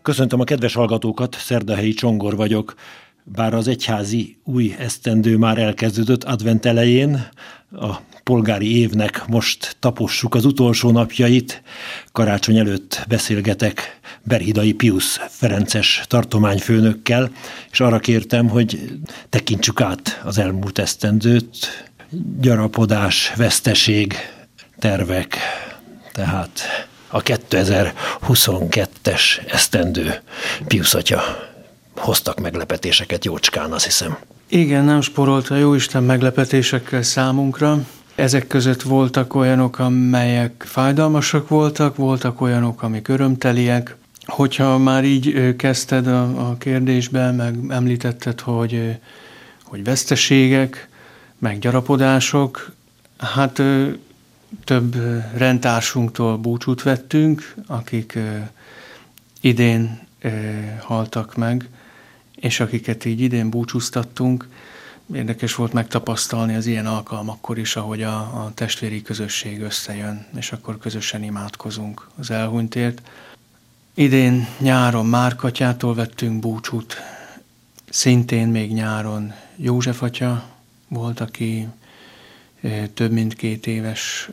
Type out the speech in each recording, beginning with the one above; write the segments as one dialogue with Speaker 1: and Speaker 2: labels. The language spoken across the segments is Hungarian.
Speaker 1: Köszöntöm a kedves hallgatókat, Szerdahelyi Csongor vagyok. Bár az egyházi új esztendő már elkezdődött advent elején, a polgári évnek most tapossuk az utolsó napjait, karácsony előtt beszélgetek Berhidai Piusz ferences tartományfőnökkel, és arra kértem, hogy tekintsük át az elmúlt esztendőt, gyarapodás, veszteség, tervek, tehát a 2022-es esztendő. Piusz atya, hoztak meglepetéseket jócskán, azt hiszem.
Speaker 2: Igen, nem spórolta a Jóisten meglepetésekkel számunkra. Ezek között voltak olyanok, amelyek fájdalmasak voltak olyanok, amik örömteliek. Hogyha már így kezdted a kérdésbe, meg említetted, hogy veszteségek, meg gyarapodások, hát több rendtársunktól búcsút vettünk, akik idén haltak meg, és akiket így idén búcsúztattunk. Érdekes volt megtapasztalni az ilyen alkalmakkor is, ahogy a testvéri közösség összejön, és akkor közösen imádkozunk az elhunytért. Idén nyáron Márk atyától vettünk búcsút, szintén még nyáron József atya volt, aki több mint 2 éves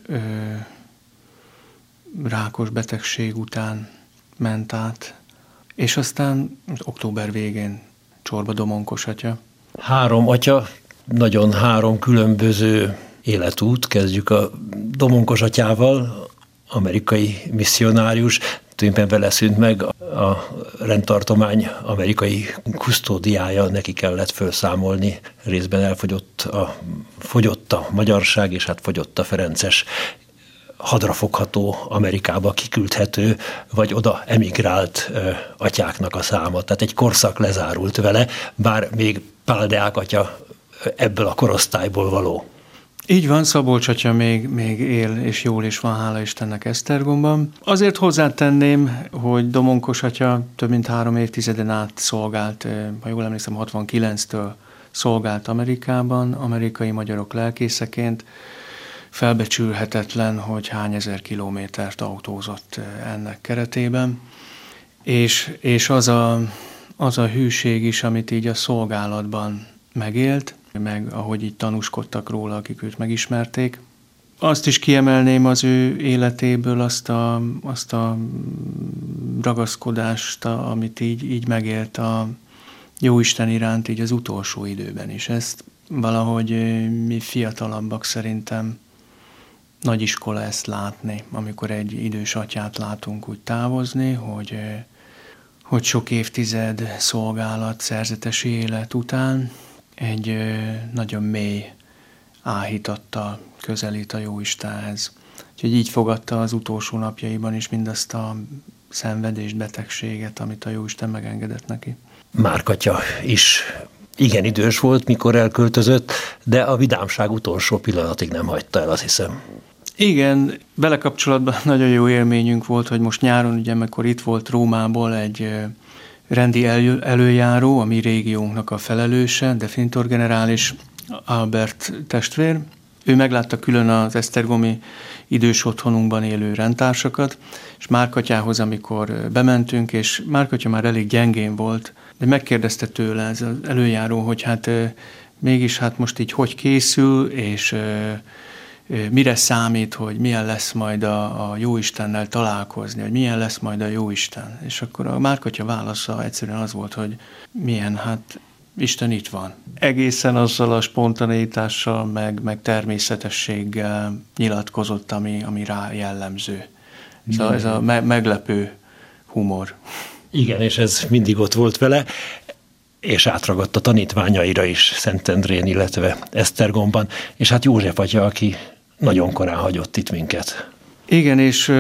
Speaker 2: rákos betegség után ment át, és aztán október végén Csorba Domonkos atya.
Speaker 1: 3 atya, nagyon 3 különböző életút. Kezdjük a Domonkos atyával, amerikai misszionárius, tulajdonképpen vele szűnt meg a rendtartomány amerikai kusztódiája, neki kellett felszámolni, részben fogyott a magyarság, és hát fogyott a ferences, hadrafogható, Amerikába kiküldhető, vagy oda emigrált atyáknak a száma. Tehát egy korszak lezárult vele, bár még Pál Deák atya ebből a korosztályból való.
Speaker 2: Így van, Szabolcs atya még él, és jól is van, hála Istennek, Esztergomban. Azért hozzátenném, hogy Domonkos atya több mint 3 évtizeden át szolgált, ha jól emlékszem, 69-től szolgált Amerikában, amerikai magyarok lelkészeként. Felbecsülhetetlen, hogy hány ezer kilométert autózott ennek keretében. És az a hűség is, amit így a szolgálatban megélt, meg ahogy így tanúskodtak róla, akik őt megismerték. Azt is kiemelném az ő életéből, azt a ragaszkodást, amit így megélt a Jóisten iránt így az utolsó időben is. Ezt valahogy mi fiatalabbak szerintem nagy iskola ezt látni, amikor egy idős atyát látunk úgy távozni, hogy sok évtized szolgálat, szerzetesi élet után egy nagyon mély áhítattal közelít a Jóistenhez. Úgyhogy így fogadta az utolsó napjaiban is mindazt a szenvedést, betegséget, amit a Jóisten megengedett neki.
Speaker 1: Márk atya is igen idős volt, mikor elköltözött, de a vidámság utolsó pillanatig nem hagyta el, azt hiszem.
Speaker 2: Igen, vele kapcsolatban nagyon jó élményünk volt, hogy most nyáron, ugye, amikor itt volt Rómából egy rendi előjáró, a mi régiónknak a felelőse, definitor generális Albert testvér. Ő meglátta külön az esztergomi idős otthonunkban élő rendtársakat, és Márk atyához, amikor bementünk, és Márk atya már elég gyengén volt, de megkérdezte tőle ez az előjáró, hogy hát mégis hát most így hogy készül, és mire számít, hogy milyen lesz majd a Jóistennel találkozni, hogy milyen lesz majd a Jóisten. És akkor a Márk atya válasza egyszerűen az volt, hogy milyen, hát Isten itt van. Egészen azzal a spontaneitással, meg természetességgel nyilatkozott, ami rá jellemző. Ez a meglepő humor.
Speaker 1: Igen, és ez mindig ott volt vele, és átragadt a tanítványaira is Szentendrén, illetve Esztergomban, és hát József atya, aki nagyon korán hagyott itt minket.
Speaker 2: Igen, és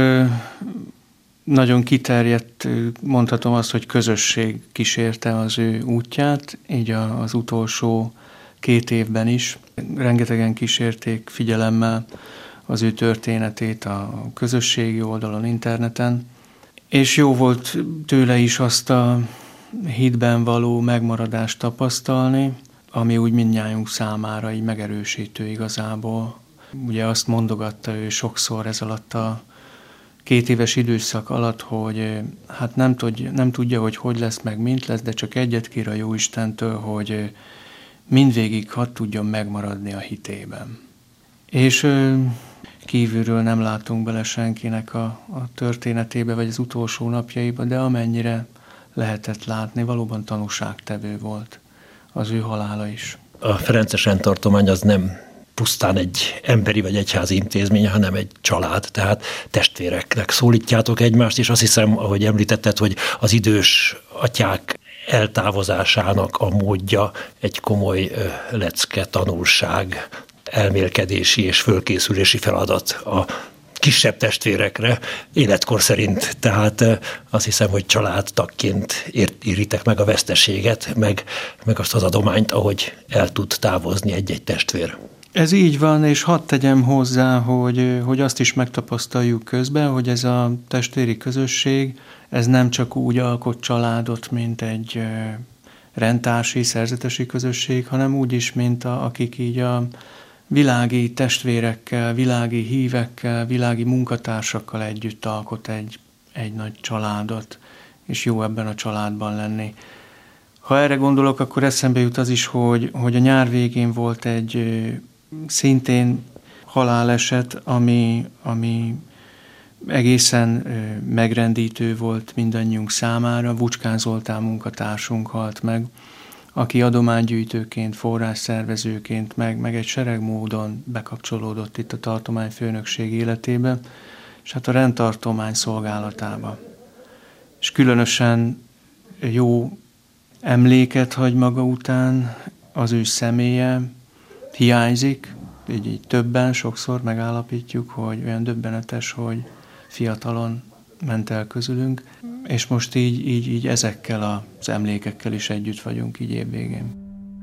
Speaker 2: nagyon kiterjedt, mondhatom azt, hogy közösség kísérte az ő útját, így az utolsó 2 évben is. Rengetegen kísérték figyelemmel az ő történetét a közösségi oldalon, interneten, és jó volt tőle is azt a hitben való megmaradást tapasztalni, ami úgy mindnyájunk számára így megerősítő igazából. Ugye azt mondogatta ő sokszor ez alatt a 2 éves időszak alatt, hogy hát nem tudja, hogy lesz, meg mint lesz, de csak egyet kér a Jóistentől, hogy mindvégig hadd tudjon megmaradni a hitében. És kívülről nem látunk bele senkinek a történetébe, vagy az utolsó napjaiba, de amennyire lehetett látni, valóban tanúságtevő volt az ő halála is.
Speaker 1: A ferences rendtartomány az nem pusztán egy emberi vagy egyházi intézmény, hanem egy család, tehát testvéreknek szólítjátok egymást, és azt hiszem, ahogy említetted, hogy az idős atyák eltávozásának a módja egy komoly lecke, tanulság, elmélkedési és fölkészülési feladat a kisebb testvérekre életkor szerint. Tehát azt hiszem, hogy családtagként éritek meg a veszteséget, meg azt az adományt, ahogy el tud távozni egy-egy testvér.
Speaker 2: Ez így van, és hadd tegyem hozzá, hogy azt is megtapasztaljuk közben, hogy ez a testvéri közösség, ez nem csak úgy alkot családot, mint egy rendtársi, szerzetesi közösség, hanem úgy is, mint akik így a világi testvérekkel, világi hívekkel, világi munkatársakkal együtt alkot egy nagy családot, és jó ebben a családban lenni. Ha erre gondolok, akkor eszembe jut az is, hogy a nyár végén volt egy szintén haláleset, ami egészen megrendítő volt mindannyiunk számára. Vucskán Zoltán munkatársunk halt meg, aki adománygyűjtőként, forrásszervezőként, meg egy sereg módon bekapcsolódott itt a tartományfőnökség életébe, és hát a rendtartomány szolgálatába. És különösen jó emléket hagy maga után, az ő személye hiányzik, így többen sokszor megállapítjuk, hogy olyan döbbenetes, hogy fiatalon ment el közülünk, és most így ezekkel az emlékekkel is együtt vagyunk így évvégén.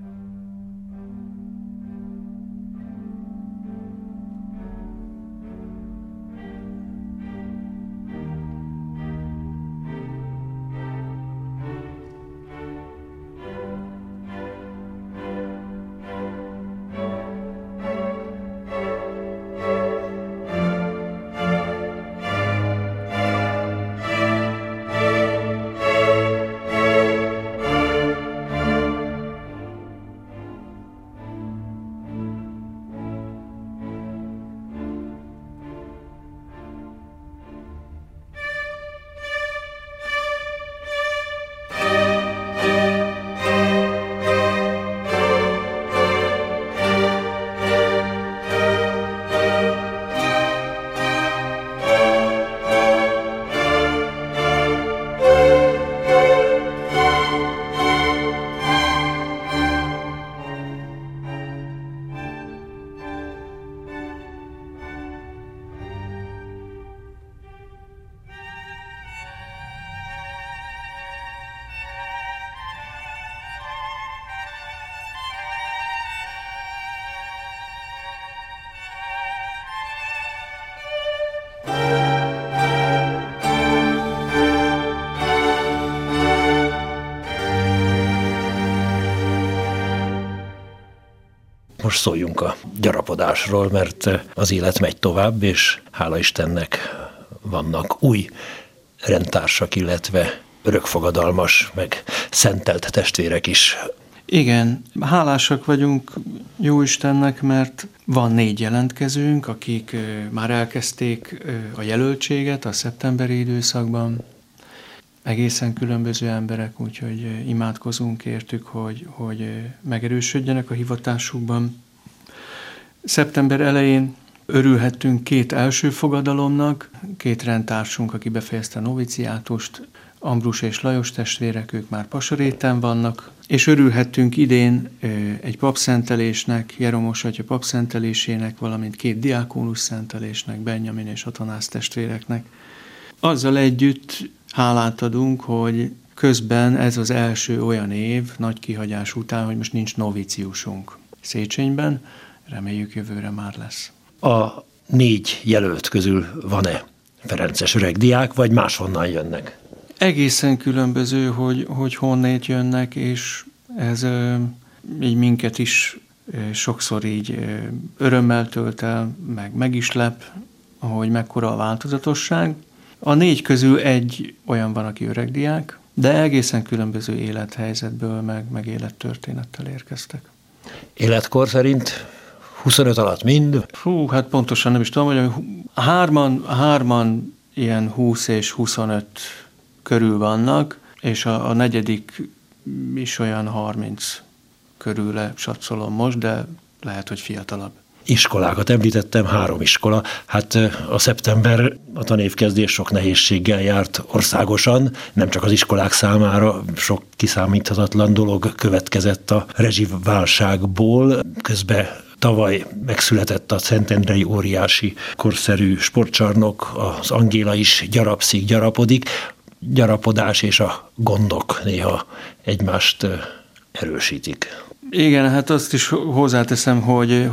Speaker 1: Most szóljunk a gyarapodásról, mert az élet megy tovább, és hála Istennek vannak új rendtársak, illetve örökfogadalmas, meg szentelt testvérek is.
Speaker 2: Igen, hálásak vagyunk jó Istennek, mert van 4 jelentkezőnk, akik már elkezdték a jelöltséget a szeptemberi időszakban. Egészen különböző emberek, úgyhogy imádkozunk értük, hogy megerősödjenek a hivatásukban. Szeptember elején örülhettünk 2 első fogadalomnak, 2 rendtársunk, aki befejezte a noviciátust, Ambrus és Lajos testvérek, ők már Pasaréten vannak, és örülhettünk idén egy papszentelésnek, Jeromos atya papszentelésének, valamint 2 diákónus szentelésnek, Benjamin és Atanász testvéreknek. Azzal együtt hálát adunk, hogy közben ez az első olyan év, nagy kihagyás után, hogy most nincs noviciusunk Széchenyben, reméljük jövőre már lesz.
Speaker 1: A 4 jelölt közül van-e ferences öregdiák, vagy máshonnan jönnek?
Speaker 2: Egészen különböző, hogy honnét jönnek, és ez így minket is sokszor így örömmel tölt el, meg is lep, hogy mekkora a változatosság. A 4 közül egy olyan van, aki öregdiák, de egészen különböző élethelyzetből, meg élettörténettel érkeztek.
Speaker 1: Életkor szerint 25 alatt mind?
Speaker 2: Hát pontosan nem is tudom, hogy hárman ilyen 20 és 25 körül vannak, és a negyedik is olyan 30 körül satszolom most, de lehet, hogy fiatalabb.
Speaker 1: Iskolákat említettem, 3 iskola. Hát a szeptember, a tanévkezdés sok nehézséggel járt országosan, nem csak az iskolák számára, sok kiszámíthatatlan dolog következett a rezsiválságból. Közben tavaly megszületett a Szentendrei óriási korszerű sportcsarnok, az Angéla is gyarapszik, gyarapodik. Gyarapodás és a gondok néha egymást erősítik.
Speaker 2: Igen, hát azt is hozzáteszem, hogy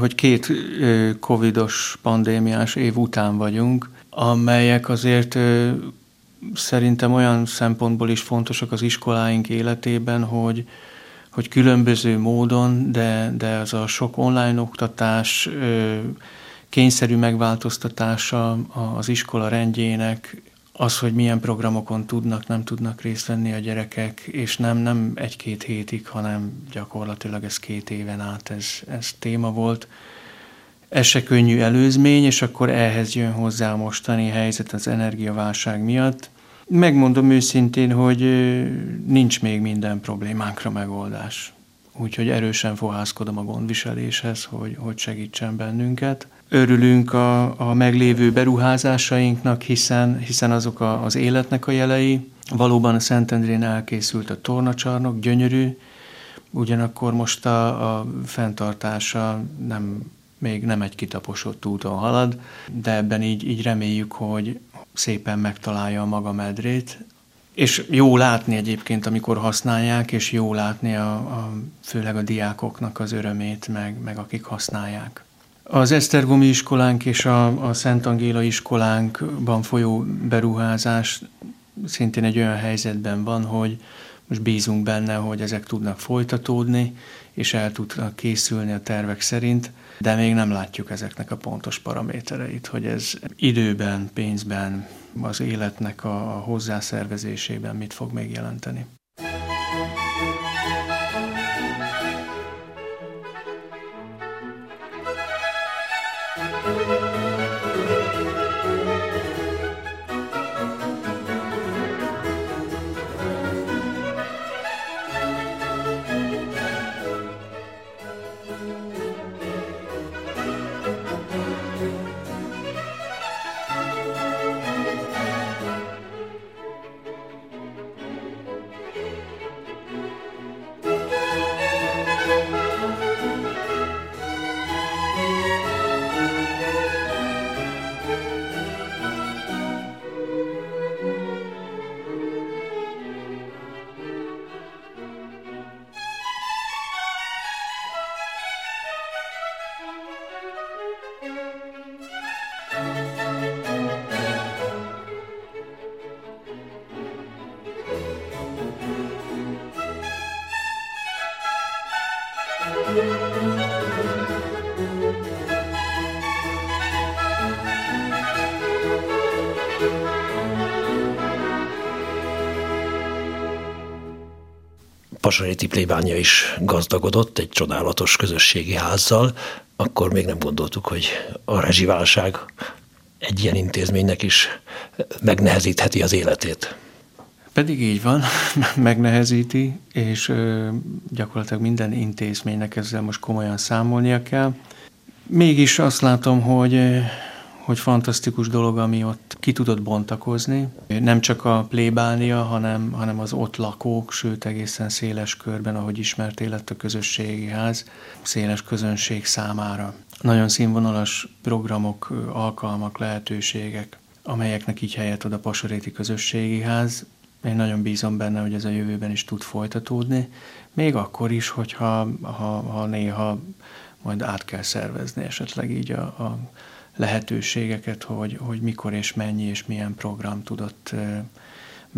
Speaker 2: 2 covidos pandémiás év után vagyunk, amelyek azért szerintem olyan szempontból is fontosak az iskoláink életében, hogy különböző módon, de az a sok online oktatás, kényszerű megváltoztatása az iskola rendjének, az, hogy milyen programokon tudnak, nem tudnak részt venni a gyerekek, és nem 1-2 hétig, hanem gyakorlatilag ez 2 éven át ez téma volt. Ez se könnyű előzmény, és akkor ehhez jön hozzá a mostani helyzet az energiaválság miatt. Megmondom őszintén, hogy nincs még minden problémánkra megoldás. Úgyhogy erősen fohászkodom a gondviseléshez, hogy segítsen bennünket. Örülünk a meglévő beruházásainknak, hiszen azok az életnek a jelei. Valóban a Szentendrén elkészült a tornacsarnok, gyönyörű, ugyanakkor most a fenntartása még nem egy kitaposott úton halad, de ebben így reméljük, hogy szépen megtalálja a maga medrét. És jó látni egyébként, amikor használják, és jó látni főleg a diákoknak az örömét, meg akik használják. Az Esztergomi iskolánk és a Szent Angéla iskolánkban folyó beruházás szintén egy olyan helyzetben van, hogy most bízunk benne, hogy ezek tudnak folytatódni, és el tudnak készülni a tervek szerint, de még nem látjuk ezeknek a pontos paramétereit, hogy ez időben, pénzben, az életnek a hozzászervezésében mit fog még jelenteni.
Speaker 1: Pasaréti plébánia is gazdagodott egy csodálatos közösségi házzal, akkor még nem gondoltuk, hogy a rezsiválság egy ilyen intézménynek is megnehezítheti az életét.
Speaker 2: Pedig így van, megnehezíti, és gyakorlatilag minden intézménynek ezzel most komolyan számolnia kell. Mégis azt látom, hogy fantasztikus dolog, ami ott ki tudott bontakozni. Nem csak a plébánia, hanem az ott lakók, sőt egészen széles körben, ahogy ismerté lett a közösségi ház, széles közönség számára. Nagyon színvonalas programok, alkalmak, lehetőségek, amelyeknek így helyet ad a Pasaréti Közösségi Ház. Én nagyon bízom benne, hogy ez a jövőben is tud folytatódni, még akkor is, hogyha néha majd át kell szervezni esetleg így a lehetőségeket, hogy mikor és mennyi és milyen program tudott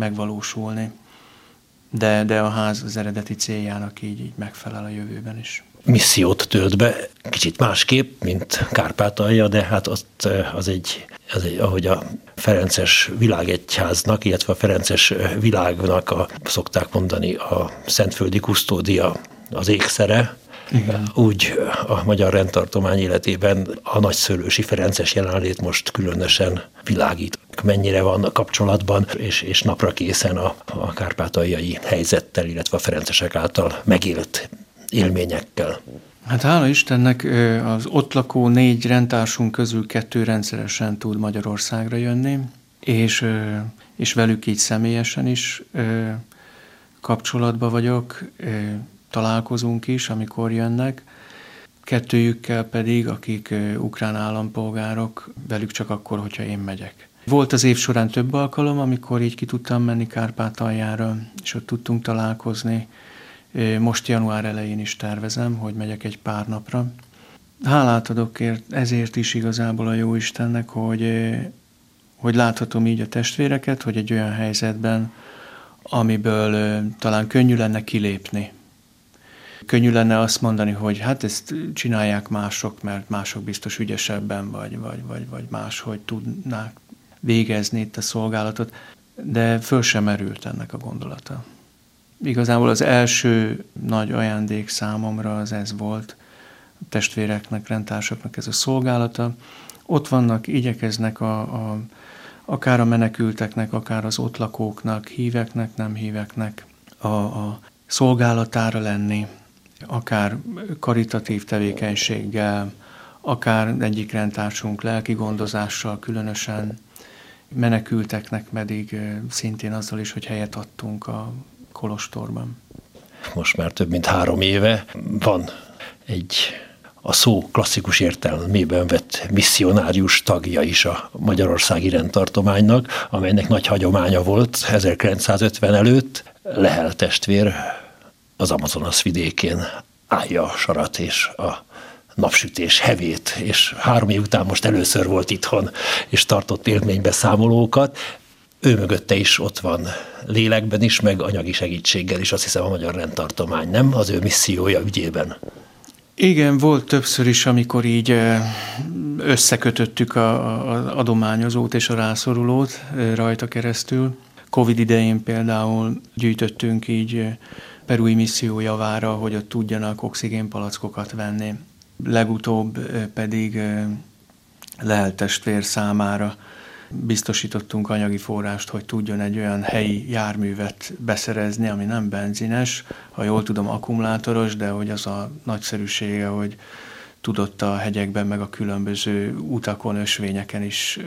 Speaker 2: megvalósulni. De a ház az eredeti céljának így megfelel a jövőben is.
Speaker 1: missziót tölt be, kicsit másképp, mint Kárpátalja, de hát az egy, ahogy a ferences világegyháznak, illetve a ferences világnak szokták mondani, a szentföldi kusztódia az ékszere. Igen. Úgy a magyar rendtartomány életében a nagyszőlősi ferences jelenlét most különösen világít. Mennyire van a kapcsolatban és napra készen a kárpátaljai helyzettel, illetve a ferencesek által megélt élményekkel.
Speaker 2: Hát hála Istennek az ott lakó 4 rendtársunk közül 2 rendszeresen tud Magyarországra jönni, és velük így személyesen is kapcsolatban vagyok, találkozunk is, amikor jönnek. 2 pedig, akik ukrán állampolgárok, velük csak akkor, hogyha én megyek. Volt az év során több alkalom, amikor így ki tudtam menni Kárpátaljára, és ott tudtunk találkozni. Most január elején is tervezem, hogy megyek egy pár napra. Hálát adok ezért is igazából a Jóistennek, hogy láthatom így a testvéreket, hogy egy olyan helyzetben, amiből talán könnyű lenne kilépni. Könnyű lenne azt mondani, hogy hát ezt csinálják mások, mert mások biztos ügyesebben, vagy máshogy tudnák végezni itt a szolgálatot, de föl sem merült ennek a gondolata. Igazából az első nagy ajándék számomra az ez volt, a testvéreknek, rendtársaknak ez a szolgálata. Ott vannak, igyekeznek akár a menekülteknek, akár az ott lakóknak, híveknek, nem híveknek a szolgálatára lenni, akár karitatív tevékenységgel, akár egyik rendtársunk lelki gondozással különösen, menekülteknek pedig szintén azzal is, hogy helyet adtunk a kolostorban.
Speaker 1: Most már több mint 3 éve van a szó klasszikus értelmében vett misszionárius tagja is a magyarországi rendtartománynak, amelynek nagy hagyománya volt 1950 előtt. Lehel testvér az Amazonas vidékén állja a sarat és a napsütés hevét, és 3 év után most először volt itthon, és tartott élménybeszámolókat. Ő mögötte is ott van lélekben is, meg anyagi segítséggel is, azt hiszem a magyar rendtartomány, nem? Az ő missziója ügyében.
Speaker 2: Igen, volt többször is, amikor így összekötöttük az adományozót és a rászorulót rajta keresztül. Covid idején például gyűjtöttünk így perui misszió javára, hogy ott tudjanak oxigénpalackokat venni. Legutóbb pedig Lehel testvér számára biztosítottunk anyagi forrást, hogy tudjon egy olyan helyi járművet beszerezni, ami nem benzines, ha jól tudom, akkumulátoros, de hogy az a nagyszerűsége, hogy tudott a hegyekben, meg a különböző utakon, ösvényeken is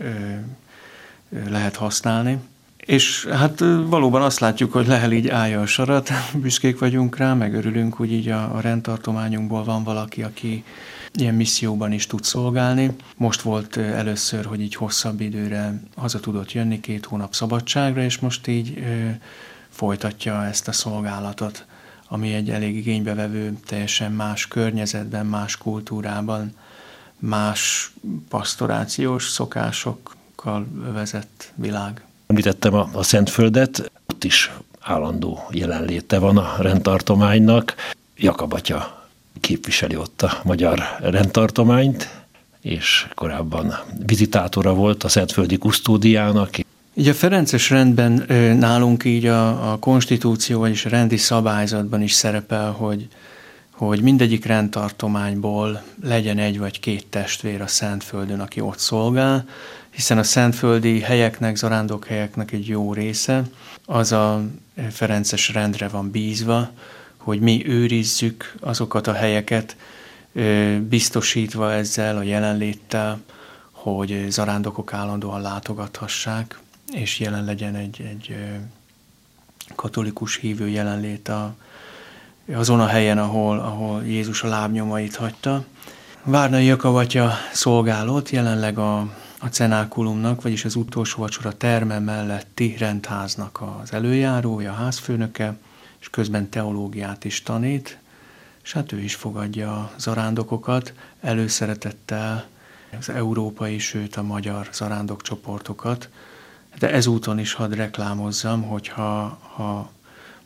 Speaker 2: lehet használni. És hát valóban azt látjuk, hogy Lehel így állja a sarat, büszkék vagyunk rá, meg örülünk, hogy így a rendtartományunkból van valaki, aki ilyen misszióban is tud szolgálni. Most volt először, hogy így hosszabb időre haza tudott jönni, 2 hónap szabadságra, és most így folytatja ezt a szolgálatot, ami egy elég igénybevevő, teljesen más környezetben, más kultúrában, más pasztorációs szokásokkal övezett világ.
Speaker 1: Említettem a Szentföldet, ott is állandó jelenléte van a rendtartománynak. Jakab atya képviseli ott a magyar rendtartományt, és korábban vizitátora volt a szentföldi kusztódiának.
Speaker 2: Így a ferences rendben nálunk így a konstitúció, vagyis a rendi szabályzatban is szerepel, hogy mindegyik rendtartományból legyen 1 vagy 2 testvér a Szentföldön, aki ott szolgál, hiszen a szentföldi helyeknek, zarándokhelyeknek egy jó része, az a ferences rendre van bízva, hogy mi őrizzük azokat a helyeket, biztosítva ezzel a jelenléttel, hogy zarándokok állandóan látogathassák, és jelen legyen egy katolikus hívő jelenlét azon a helyen, ahol Jézus a lábnyomait hagyta. Várnai Jakab atya szolgálott, jelenleg a cenákulumnak, vagyis az utolsó vacsora terme melletti rendháznak az előjárója, a házfőnöke, és közben teológiát is tanít, és hát ő is fogadja a zarándokokat, előszeretettel az európai, sőt a magyar zarándokcsoportokat. De ezúton is hadd reklámozzam, hogy ha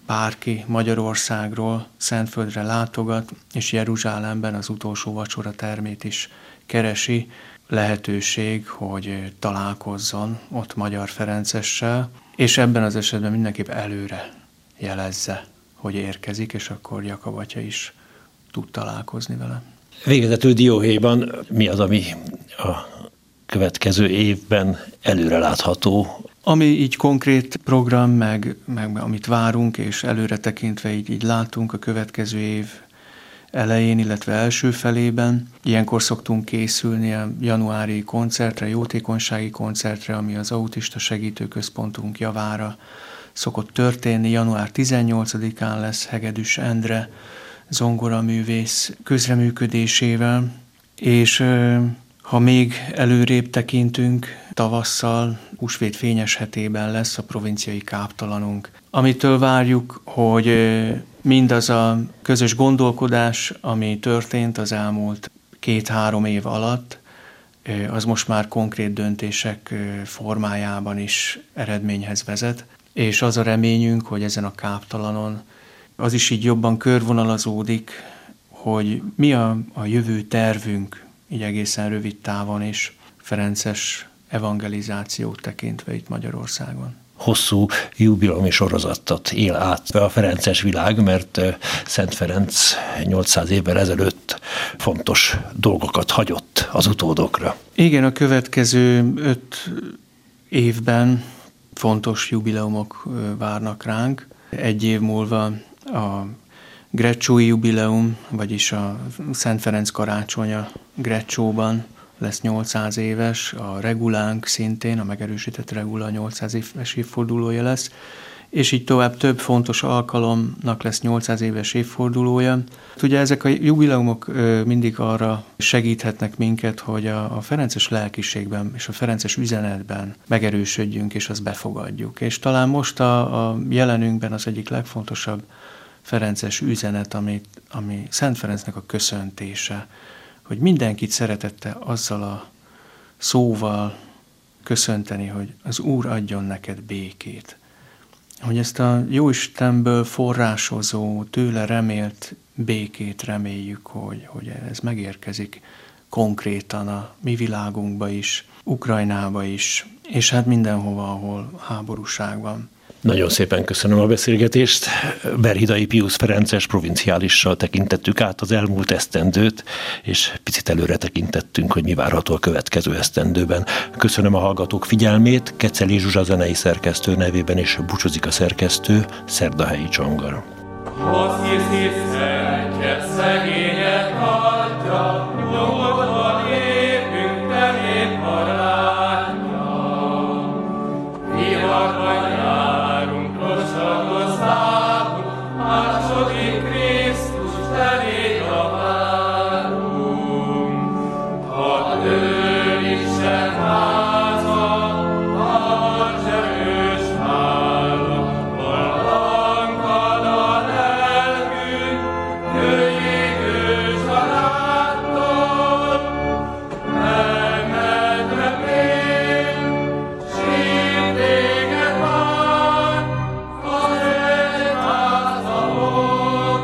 Speaker 2: bárki Magyarországról Szentföldre látogat, és Jeruzsálemben az utolsó vacsora termét is keresi, lehetőség, hogy találkozzon ott Magyar Ferencessel, és ebben az esetben mindenképp előre jelezze, hogy érkezik, és akkor Jakab atya is tud találkozni vele.
Speaker 1: Végezetül Dióhéjban mi az, ami a következő évben előre látható?
Speaker 2: Ami így konkrét program, meg amit várunk, és előre tekintve így látunk a következő év elején, illetve első felében. Ilyenkor szoktunk készülni a januári koncertre, jótékonysági koncertre, ami az Autista Segítőközpontunk javára szokott történni. Január 18-án lesz Hegedűs Endre zongoraművész közreműködésével, és ha még előrébb tekintünk, tavasszal, húsvét fényes hetében lesz a provinciai káptalanunk, amitől várjuk, hogy mindaz a közös gondolkodás, ami történt az elmúlt 2-3 év alatt, az most már konkrét döntések formájában is eredményhez vezet, és az a reményünk, hogy ezen a káptalanon az is így jobban körvonalazódik, hogy mi a jövő tervünk, így egészen rövid távon is, ferences evangelizációt tekintve itt Magyarországon.
Speaker 1: Hosszú jubileumi sorozatot él át a ferences világ, mert Szent Ferenc 800 évvel ezelőtt fontos dolgokat hagyott az utódokra.
Speaker 2: Igen, a következő 5 évben fontos jubileumok várnak ránk. 1 év múlva a Greccsói jubileum, vagyis a Szent Ferenc karácsonya Greccsóban lesz 800 éves, a regulánk szintén, a megerősített regula 800 éves évfordulója lesz, és így tovább több fontos alkalomnak lesz 800 éves évfordulója. Ugye ezek a jubileumok mindig arra segíthetnek minket, hogy a ferences lelkiségben és a ferences üzenetben megerősödjünk, és azt befogadjuk. És talán most a jelenünkben az egyik legfontosabb ferences üzenet, ami Szent Ferencnek a köszöntése, hogy mindenkit szeretette azzal a szóval köszönteni, hogy az Úr adjon neked békét. Hogy ezt a Jóistenből forrásozó, tőle remélt békét reméljük, hogy ez megérkezik konkrétan a mi világunkba is, Ukrajnába is, és hát mindenhova, ahol háborúság van.
Speaker 1: Nagyon szépen köszönöm a beszélgetést. Berhidai Piusz Ferences provinciálissal tekintettük át az elmúlt esztendőt, és picit előre tekintettünk, hogy mi várható a következő esztendőben. Köszönöm a hallgatók figyelmét, Keceli Zsuzsa zenei szerkesztő nevében is búcsúzik a szerkesztő, Szerdahelyi Csongor.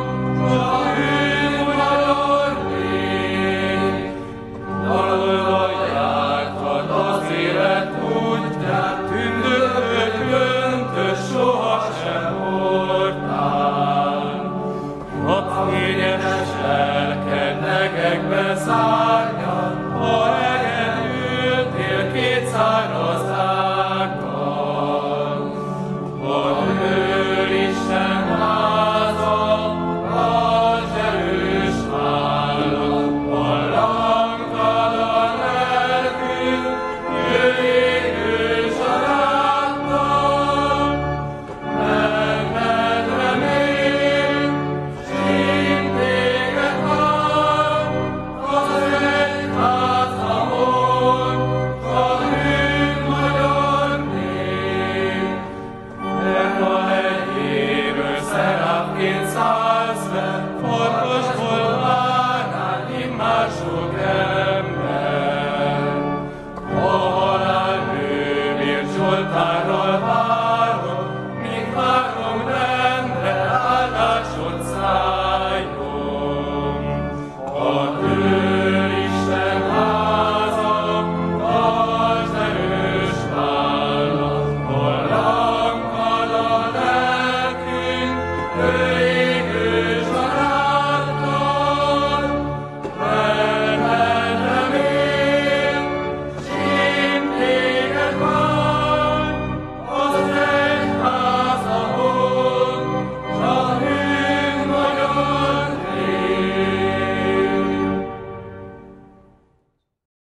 Speaker 3: Lord. Hey.